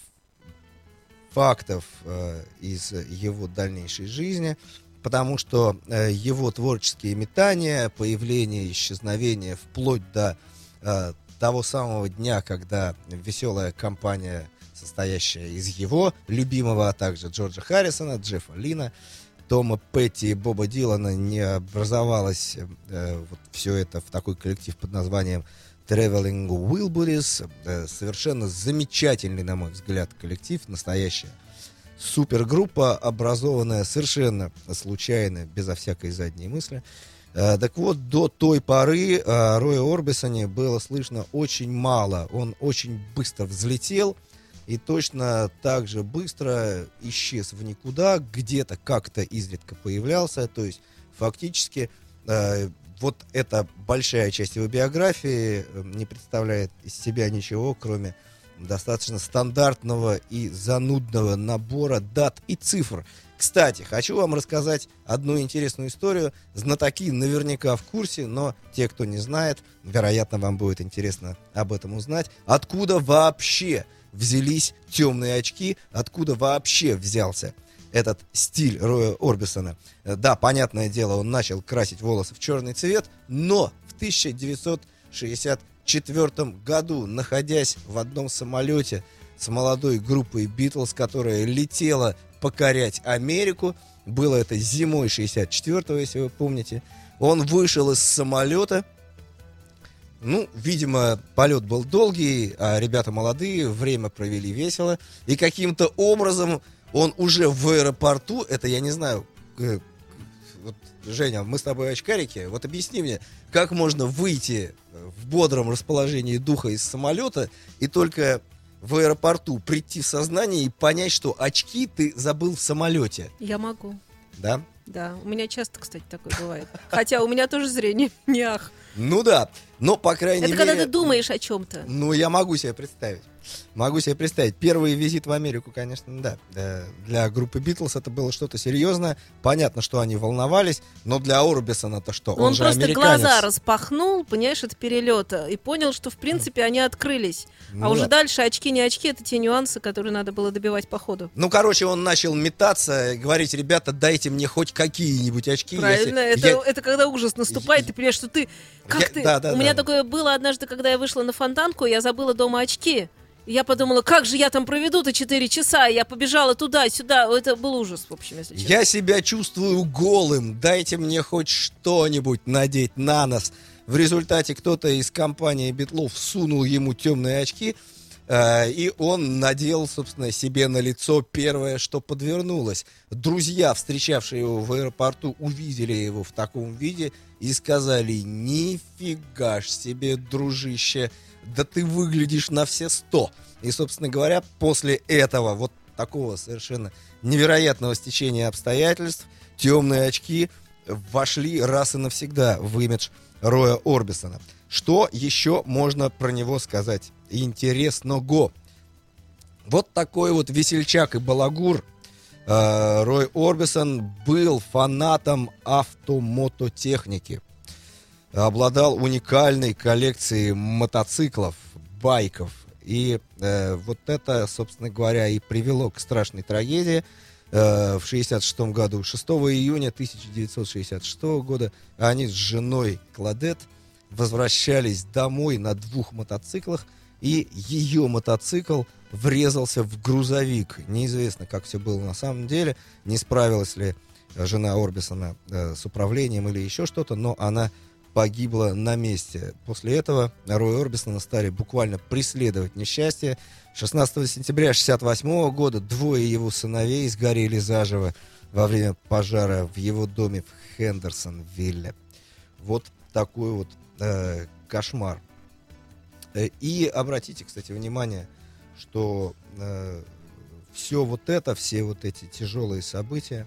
фактов э, из его дальнейшей жизни, потому что э, его творческие метания, появление, исчезновение, вплоть до э, того самого дня, когда веселая компания, состоящая из его любимого, а также Джорджа Харрисона, Джеффа Лина, Тома Петти и Боба Дилана, не образовалось э, вот все это в такой коллектив под названием Traveling Wilburys. Э, совершенно замечательный, на мой взгляд, коллектив, настоящая супергруппа, образованная совершенно случайно, безо всякой задней мысли. Э, так вот, до той поры о Рое Орбисоне было слышно очень мало. Он очень быстро взлетел и точно так же быстро исчез в никуда, где-то как-то изредка появлялся. То есть фактически э, вот эта большая часть его биографии не представляет из себя ничего, кроме достаточно стандартного и занудного набора дат и цифр. Кстати, хочу вам рассказать одну интересную историю. Знатоки наверняка в курсе, но те, кто не знает, вероятно, вам будет интересно об этом узнать. Откуда вообще взялись темные очки, откуда вообще взялся этот стиль Роя Орбисона? Да, понятное дело, он начал красить волосы в черный цвет, но в тысяча девятьсот шестьдесят четвёртом году, находясь в одном самолете с молодой группой Битлз, которая летела покорять Америку, было это зимой шестьдесят четвёртого, если вы помните, он вышел из самолета. Ну, видимо, полет был долгий, а ребята молодые, время провели весело. И каким-то образом он уже в аэропорту, это я не знаю, э, вот, Женя, мы с тобой очкарики, вот объясни мне, как можно выйти в бодром расположении духа из самолета и только в аэропорту прийти в сознание и понять, что очки ты забыл в самолете? Я могу. Да? Да, у меня часто, кстати, такое бывает. Хотя у меня тоже зрение не ах. Ну да, но, по крайней Это мере... когда ты думаешь о чем-то. Ну, я могу себе представить. Могу себе представить. Первый визит в Америку, конечно, да. Э, Для группы Битлз это было что-то серьезное. Понятно, что они волновались, но для Орбисона-то что? Он, Он же просто американец. глаза распахнул, понимаешь, от перелета, и понял, что, в принципе, они открылись. Ну а уже да. дальше очки не очки, это те нюансы, которые надо было добивать по ходу. Ну, короче, он начал метаться, говорить: ребята, дайте мне хоть какие-нибудь очки. Правильно, если- это, я- это когда ужас наступает, ты понимаешь, что ты... Как Я- ты? да, да, У меня да. такое было однажды, когда я вышла на Фонтанку, я забыла дома очки. И я подумала, как же я там проведу-то четыре часа, и я побежала туда-сюда. Это был ужас, в общем, если честно. Я себя чувствую голым, дайте мне хоть что-нибудь надеть на нос. В результате кто-то из компании Битлов сунул ему темные очки, э, и он надел, собственно, себе на лицо первое, что подвернулось. Друзья, встречавшие его в аэропорту, увидели его в таком виде и сказали: нифига ж себе, дружище, да ты выглядишь на все сто. И, собственно говоря, после этого, вот такого совершенно невероятного стечения обстоятельств, темные очки вошли раз и навсегда в имидж Роя Орбисона. Что еще можно про него сказать интересного? Вот такой вот весельчак и балагур. Э, Рой Орбисон был фанатом автомототехники. Обладал уникальной коллекцией мотоциклов, байков. И э, вот это, собственно говоря, и привело к страшной трагедии. Э, в шестьдесят шестом году, шестого июня тысяча девятьсот шестьдесят шестого года, они с женой Кладет возвращались домой на двух мотоциклах, и ее мотоцикл врезался в грузовик. Неизвестно, как все было на самом деле, не справилась ли жена Орбисона э, с управлением или еще что-то, но она погибла на месте. После этого Роя Орбисона стали буквально преследовать несчастье. шестнадцатого сентября шестьдесят восьмого года двое его сыновей сгорели заживо во время пожара в его доме в Хендерсонвилле. Вот такой вот э, кошмар. Э, И обратите, кстати, внимание, что э, все вот это, все вот эти тяжелые события,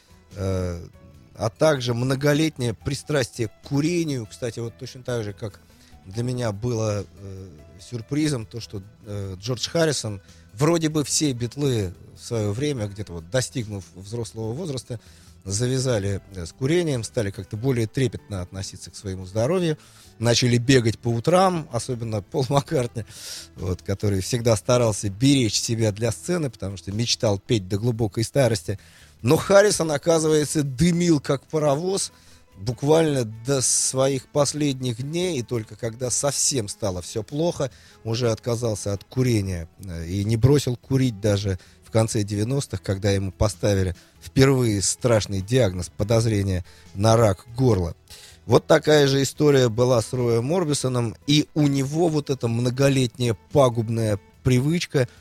э, а также многолетнее пристрастие к курению, кстати, вот точно так же, как для меня было э, сюрпризом то, что э, Джордж Харрисон, вроде бы все битлы в свое время, где-то вот достигнув взрослого возраста, завязали э, с курением, стали как-то более трепетно относиться к своему здоровью, начали бегать по утрам, особенно Пол Маккартни, вот, который всегда старался беречь себя для сцены, потому что мечтал петь до глубокой старости. Но Харрисон, оказывается, дымил как паровоз буквально до своих последних дней, и только когда совсем стало все плохо, уже отказался от курения и не бросил курить даже в конце девяностых, когда ему поставили впервые страшный диагноз — подозрение на рак горла. Вот такая же история была с Роем Орбисоном, и у него вот эта многолетняя пагубная привычка,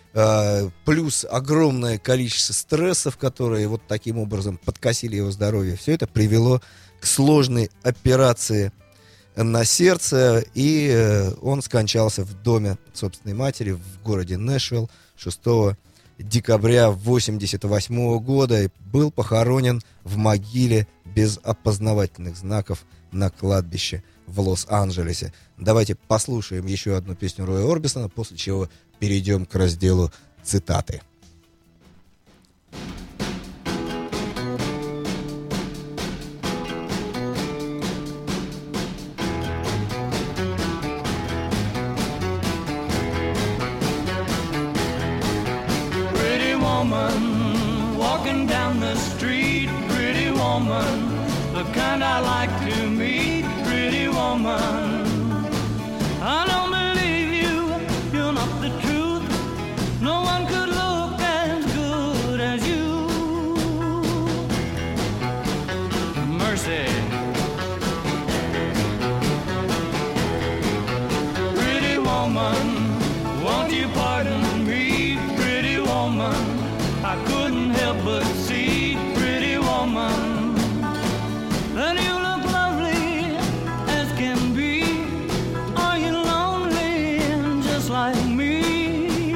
плюс огромное количество стрессов, которые вот таким образом подкосили его здоровье, все это привело к сложной операции на сердце, и он скончался в доме собственной матери в городе Нэшвилл шестого декабря восемьдесят восьмого года и был похоронен в могиле без опознавательных знаков на кладбище в Лос-Анджелесе. Давайте послушаем еще одну песню Роя Орбисона, после чего перейдем к разделу цитаты. Pretty woman walking down the street, pretty woman, the kind I like to meet, pretty woman. I don't believe you, you're not the truth. No one could look as good as you. Mercy. Pretty woman, won't you pardon me, pretty woman? I couldn't help but see, pretty woman, that you look lovely as can be. Are you lonely just like me?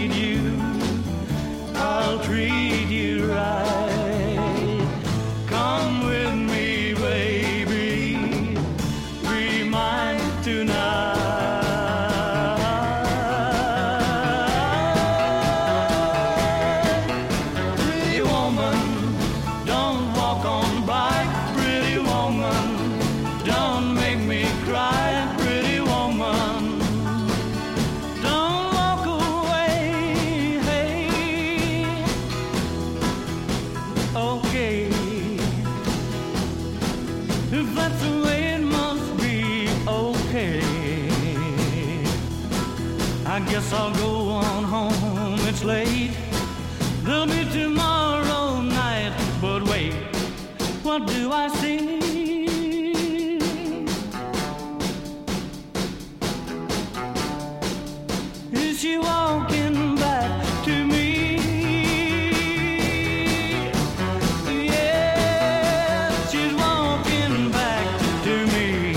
need you, I'll treat you right. Come with me, baby, be mine tonight. Pretty woman, don't walk on by. Pretty woman, don't make me cry. Pretty woman, don't walk away. Hey, okay, if that's the way it must be, okay. I guess I'll go on home, it's late. There'll be tomorrow night, but wait, what do I see? Is she walking back to me? Yes, she's walking back to me.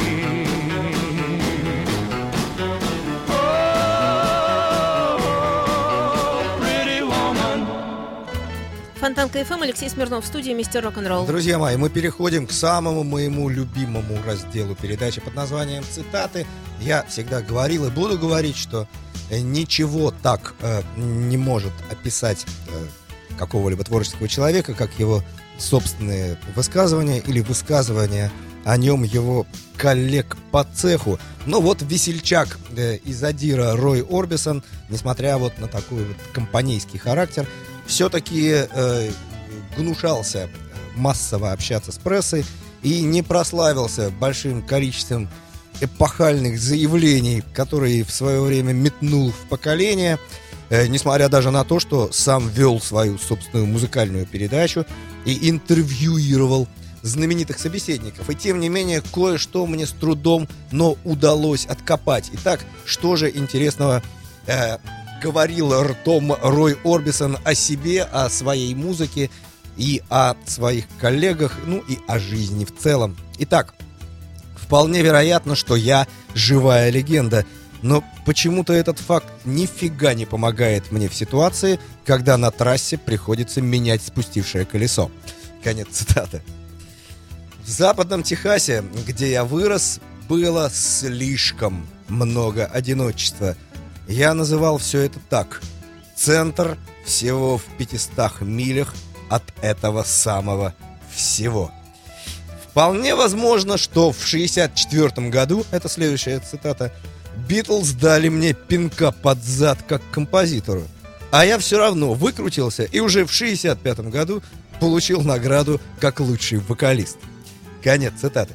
Oh, pretty woman. Фонтанка эф эм, Алексей Смирнов в студии, мистер рок-н-ролл. Друзья мои, мы переходим к самому моему любимому разделу передачи под названием «Цитаты». Я всегда говорил и буду говорить, что э, ничего так э, не может описать э, какого-либо творческого человека, как его собственные высказывания или высказывания о нем его коллег по цеху. Ну вот весельчак э, из Адира Рой Орбисон, несмотря вот на такой вот компанейский характер, все-таки э, гнушался массово общаться с прессой и не прославился большим количеством эпохальных заявлений, которые в свое время метнул в поколение, э, несмотря даже на то, что сам вел свою собственную музыкальную передачу и интервьюировал знаменитых собеседников. И тем не менее, кое-что мне с трудом, но удалось откопать. Итак, что же интересного э, говорил ртом Рой Орбисон о себе, о своей музыке и о своих коллегах, ну и о жизни в целом. Итак, вполне вероятно, что я живая легенда, но почему-то этот факт нифига не помогает мне в ситуации, когда на трассе приходится менять спустившее колесо. Конец цитаты. В западном Техасе, где я вырос, было слишком много одиночества. Я называл все это так: центр всего в пятистах милях от этого самого всего. Вполне возможно, что в шестьдесят четвёртом году, это следующая цитата, Битлз дали мне пинка под зад как композитору, а я все равно выкрутился и уже в шестьдесят пятом году получил награду как лучший вокалист. Конец цитаты.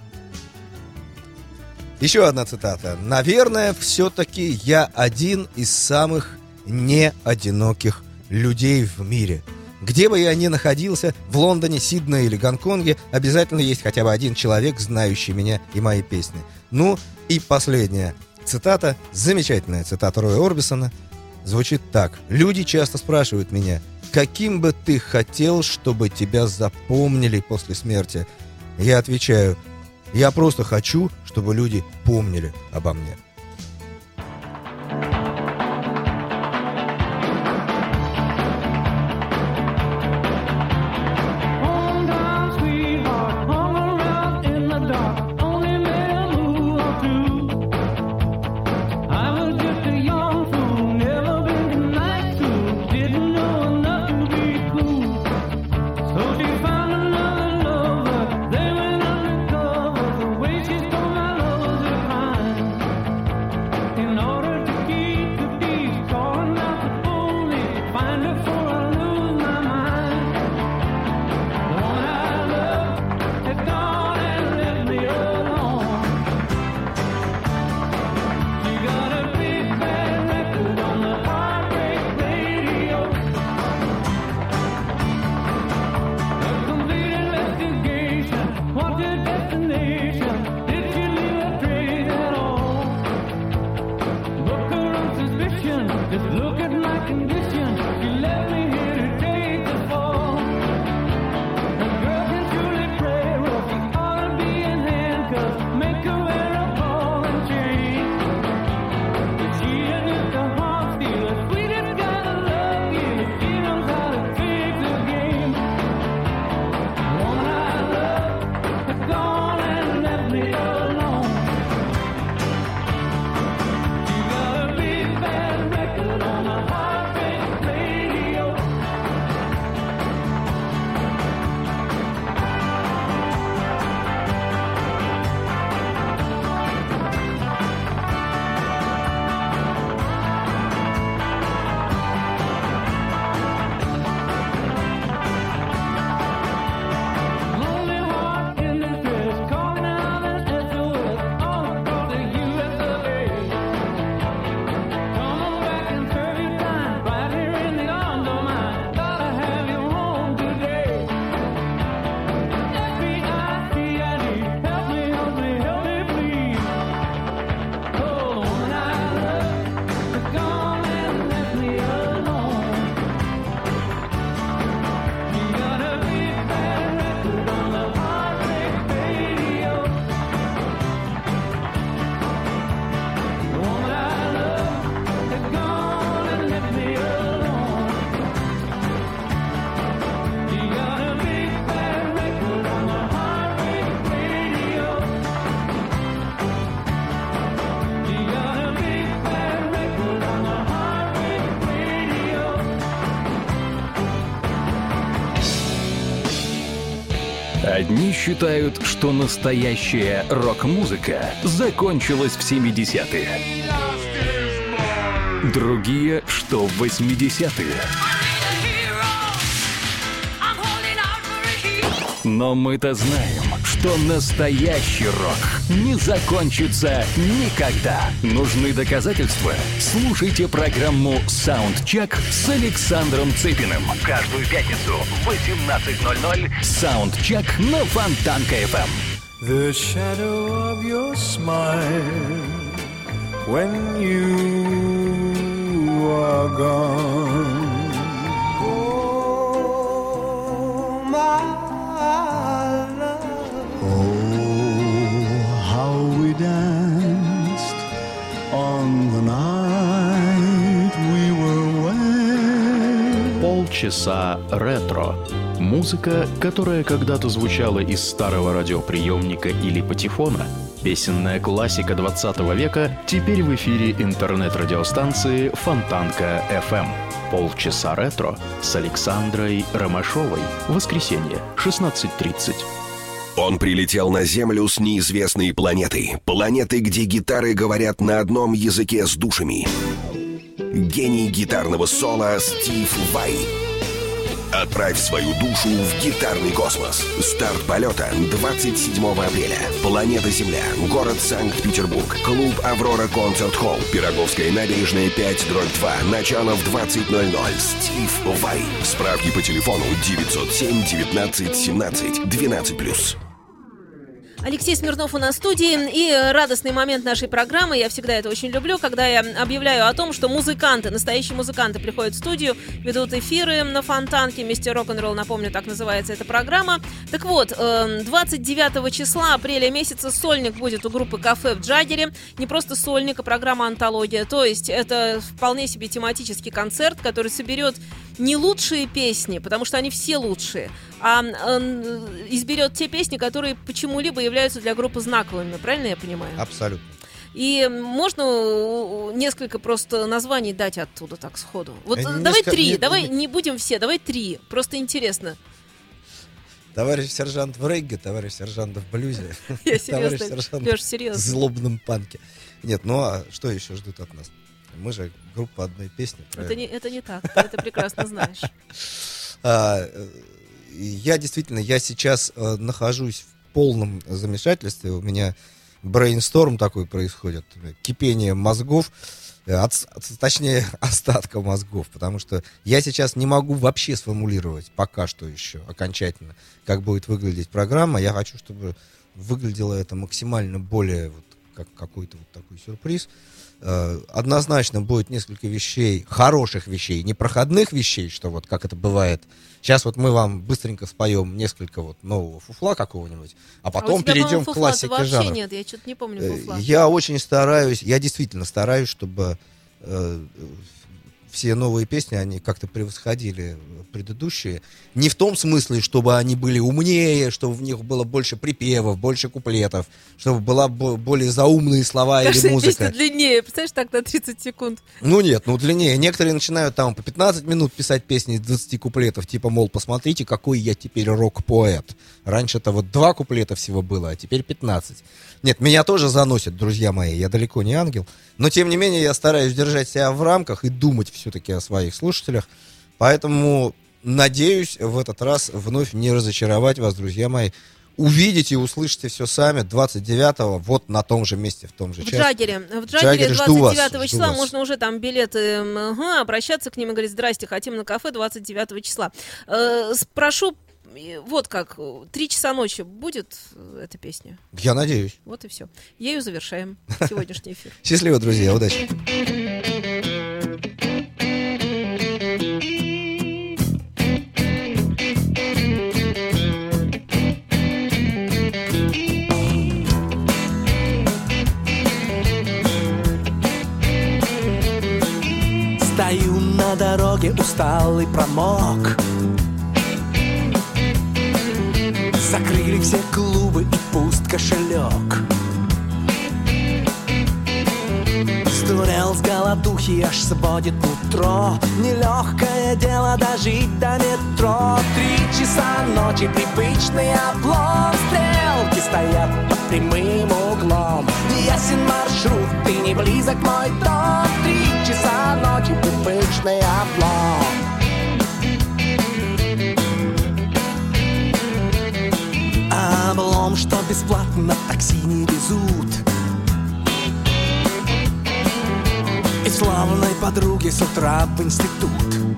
Еще одна цитата. Наверное, все-таки я один из самых неодиноких людей в мире. Где бы я ни находился, в Лондоне, Сиднее или Гонконге, обязательно есть хотя бы один человек, знающий меня и мои песни. Ну и последняя цитата, замечательная цитата Роя Орбисона, звучит так. Люди часто спрашивают меня, каким бы ты хотел, чтобы тебя запомнили после смерти? Я отвечаю, я просто хочу, чтобы люди помнили обо мне. Just look at my condition. You left me Одни считают, что настоящая рок-музыка закончилась в семидесятые. Другие, что в восьмидесятые. Но мы-то знаем, что настоящий рок не закончится никогда. Нужны доказательства? Слушайте программу «Саундчек» с Александром Цыпиным. Каждую пятницу в восемнадцать ноль ноль «Саундчек» на Фонтанка эф эм. The shadow of your smile when you are gone. Oh, my love. Oh, how we danced on the night we were wed. Полчаса ретро. Музыка, которая когда-то звучала из старого радиоприемника или патефона. Песенная классика двадцатого века теперь в эфире интернет-радиостанции Фонтанка эф эм. Полчаса ретро с Александрой Ромашовой. Воскресенье, шестнадцать тридцать. Он прилетел на Землю с неизвестной планеты. Планеты, где гитары говорят на одном языке с душами. Гений гитарного соло Стив Vai. Отправь свою душу в гитарный космос. Старт полета двадцать седьмого апреля. Планета Земля. Город Санкт-Петербург. Клуб «Аврора Концерт Холл». Пироговская набережная пять дробь два. Начало в двадцать ноль ноль. Стив Vai. Справки по телефону девятьсот семь девятнадцать семнадцать двенадцать плюс. Алексей Смирнов у нас в студии, и радостный момент нашей программы, я всегда это очень люблю, когда я объявляю о том, что музыканты, настоящие музыканты приходят в студию, ведут эфиры на Фонтанке, «Мистер Рок-н-ролл», напомню, так называется эта программа. Так вот, двадцать девятого числа апреля месяца сольник будет у группы «Кафе» в Джаггере, не просто сольник, а программа «Антология», то есть это вполне себе тематический концерт, который соберет не лучшие песни, потому что они все лучшие, а э, изберет те песни, которые почему-либо являются для группы знаковыми, правильно я понимаю? Абсолютно. И можно несколько просто названий дать оттуда так сходу. Вот Э, давай несколько- три, не- давай не- не будем все, давай три, просто интересно. Товарищ сержант в регге, товарищ сержант в блюзе. Я Товарищ серьезно, сержант Леш, в серьезно. злобном панке. Нет, ну а что еще ждут от нас? Мы же группа одной песни, Это правильно? не, это не так, ты это прекрасно знаешь. А, э, я действительно, я сейчас э, нахожусь в полном замешательстве. У меня брейнсторм такой происходит, кипение мозгов, э, от- от- точнее остатка мозгов, потому что я сейчас не могу вообще сформулировать пока что еще окончательно, как будет выглядеть программа. Я хочу, чтобы выглядело это максимально более вот как какой-то вот такой сюрприз. Э, Однозначно будет несколько вещей, хороших вещей, не проходных вещей, что вот как это бывает. Сейчас вот мы вам быстренько споем несколько вот нового фуфла какого-нибудь, а А у потом тебя, перейдем по-моему, к фуфла-то классике вообще жанра. нет, я что-то не помню Э, фуфла. Я очень стараюсь, я действительно стараюсь, чтобы э, все новые песни, они как-то превосходили предыдущие. Не в том смысле, чтобы они были умнее, чтобы в них было больше припевов, больше куплетов, чтобы была бо- более заумные слова или Каждая музыка. песня длиннее, представляешь, так на тридцать секунд. Ну нет, ну длиннее. Некоторые начинают там по пятнадцать минут писать песни из двадцати куплетов, типа, мол, посмотрите, какой я теперь рок-поэт. Раньше-то вот два куплета всего было, а теперь пятнадцать. Нет, меня тоже заносит, друзья мои, я далеко не ангел. Но, тем не менее, я стараюсь держать себя в рамках и думать все-таки о своих слушателях. Поэтому надеюсь в этот раз вновь не разочаровать вас, друзья мои. Увидите и услышите все сами двадцать девятого вот на том же месте, в том же В часе. Джаггере. В Джаггере Джаггере жду вас, двадцать девятого жду числа вас. можно уже там билеты, м, ага, обращаться к ним и говорить: здрасте, хотим на кафе двадцать девятого числа. Э, спрошу, э, вот как, э, три часа ночи будет э, эта песня? Я надеюсь. Вот и все. Ею завершаем сегодняшний эфир. Счастливо, друзья, удачи. Стою на дороге, усталый, промок. Закрыли все клубы и пуст кошелек. Сдурел с голодухи, аж сводит утро. Нелегкое дело дожить до метро. Три часа часа ночи привычный облом. Стрелки стоят под прямым углом. Ясен маршрут, ты не близок мой дом. Три часа ночи привычный облом. Облом, что бесплатно такси не везут. И славной подруге с утра в институт.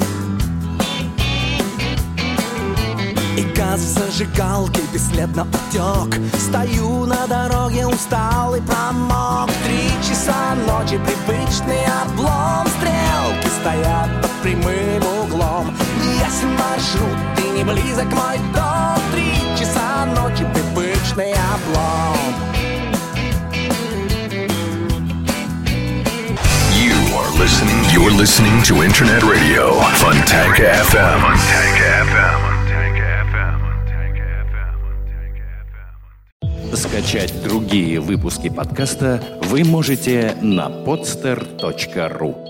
И газ в зажигалке бесследно утек. Стою на дороге усталый промок. Три часа ночи привычный облом. Стрелки стоят под прямым углом. Ясен маршрут, ты не близок мой дом. Три часа ночи привычный облом. You are listening, you're listening to Internet Radio, Fontanka эф эм. Fontanka эф эм. Скачать другие выпуски подкаста вы можете на podster точка ру.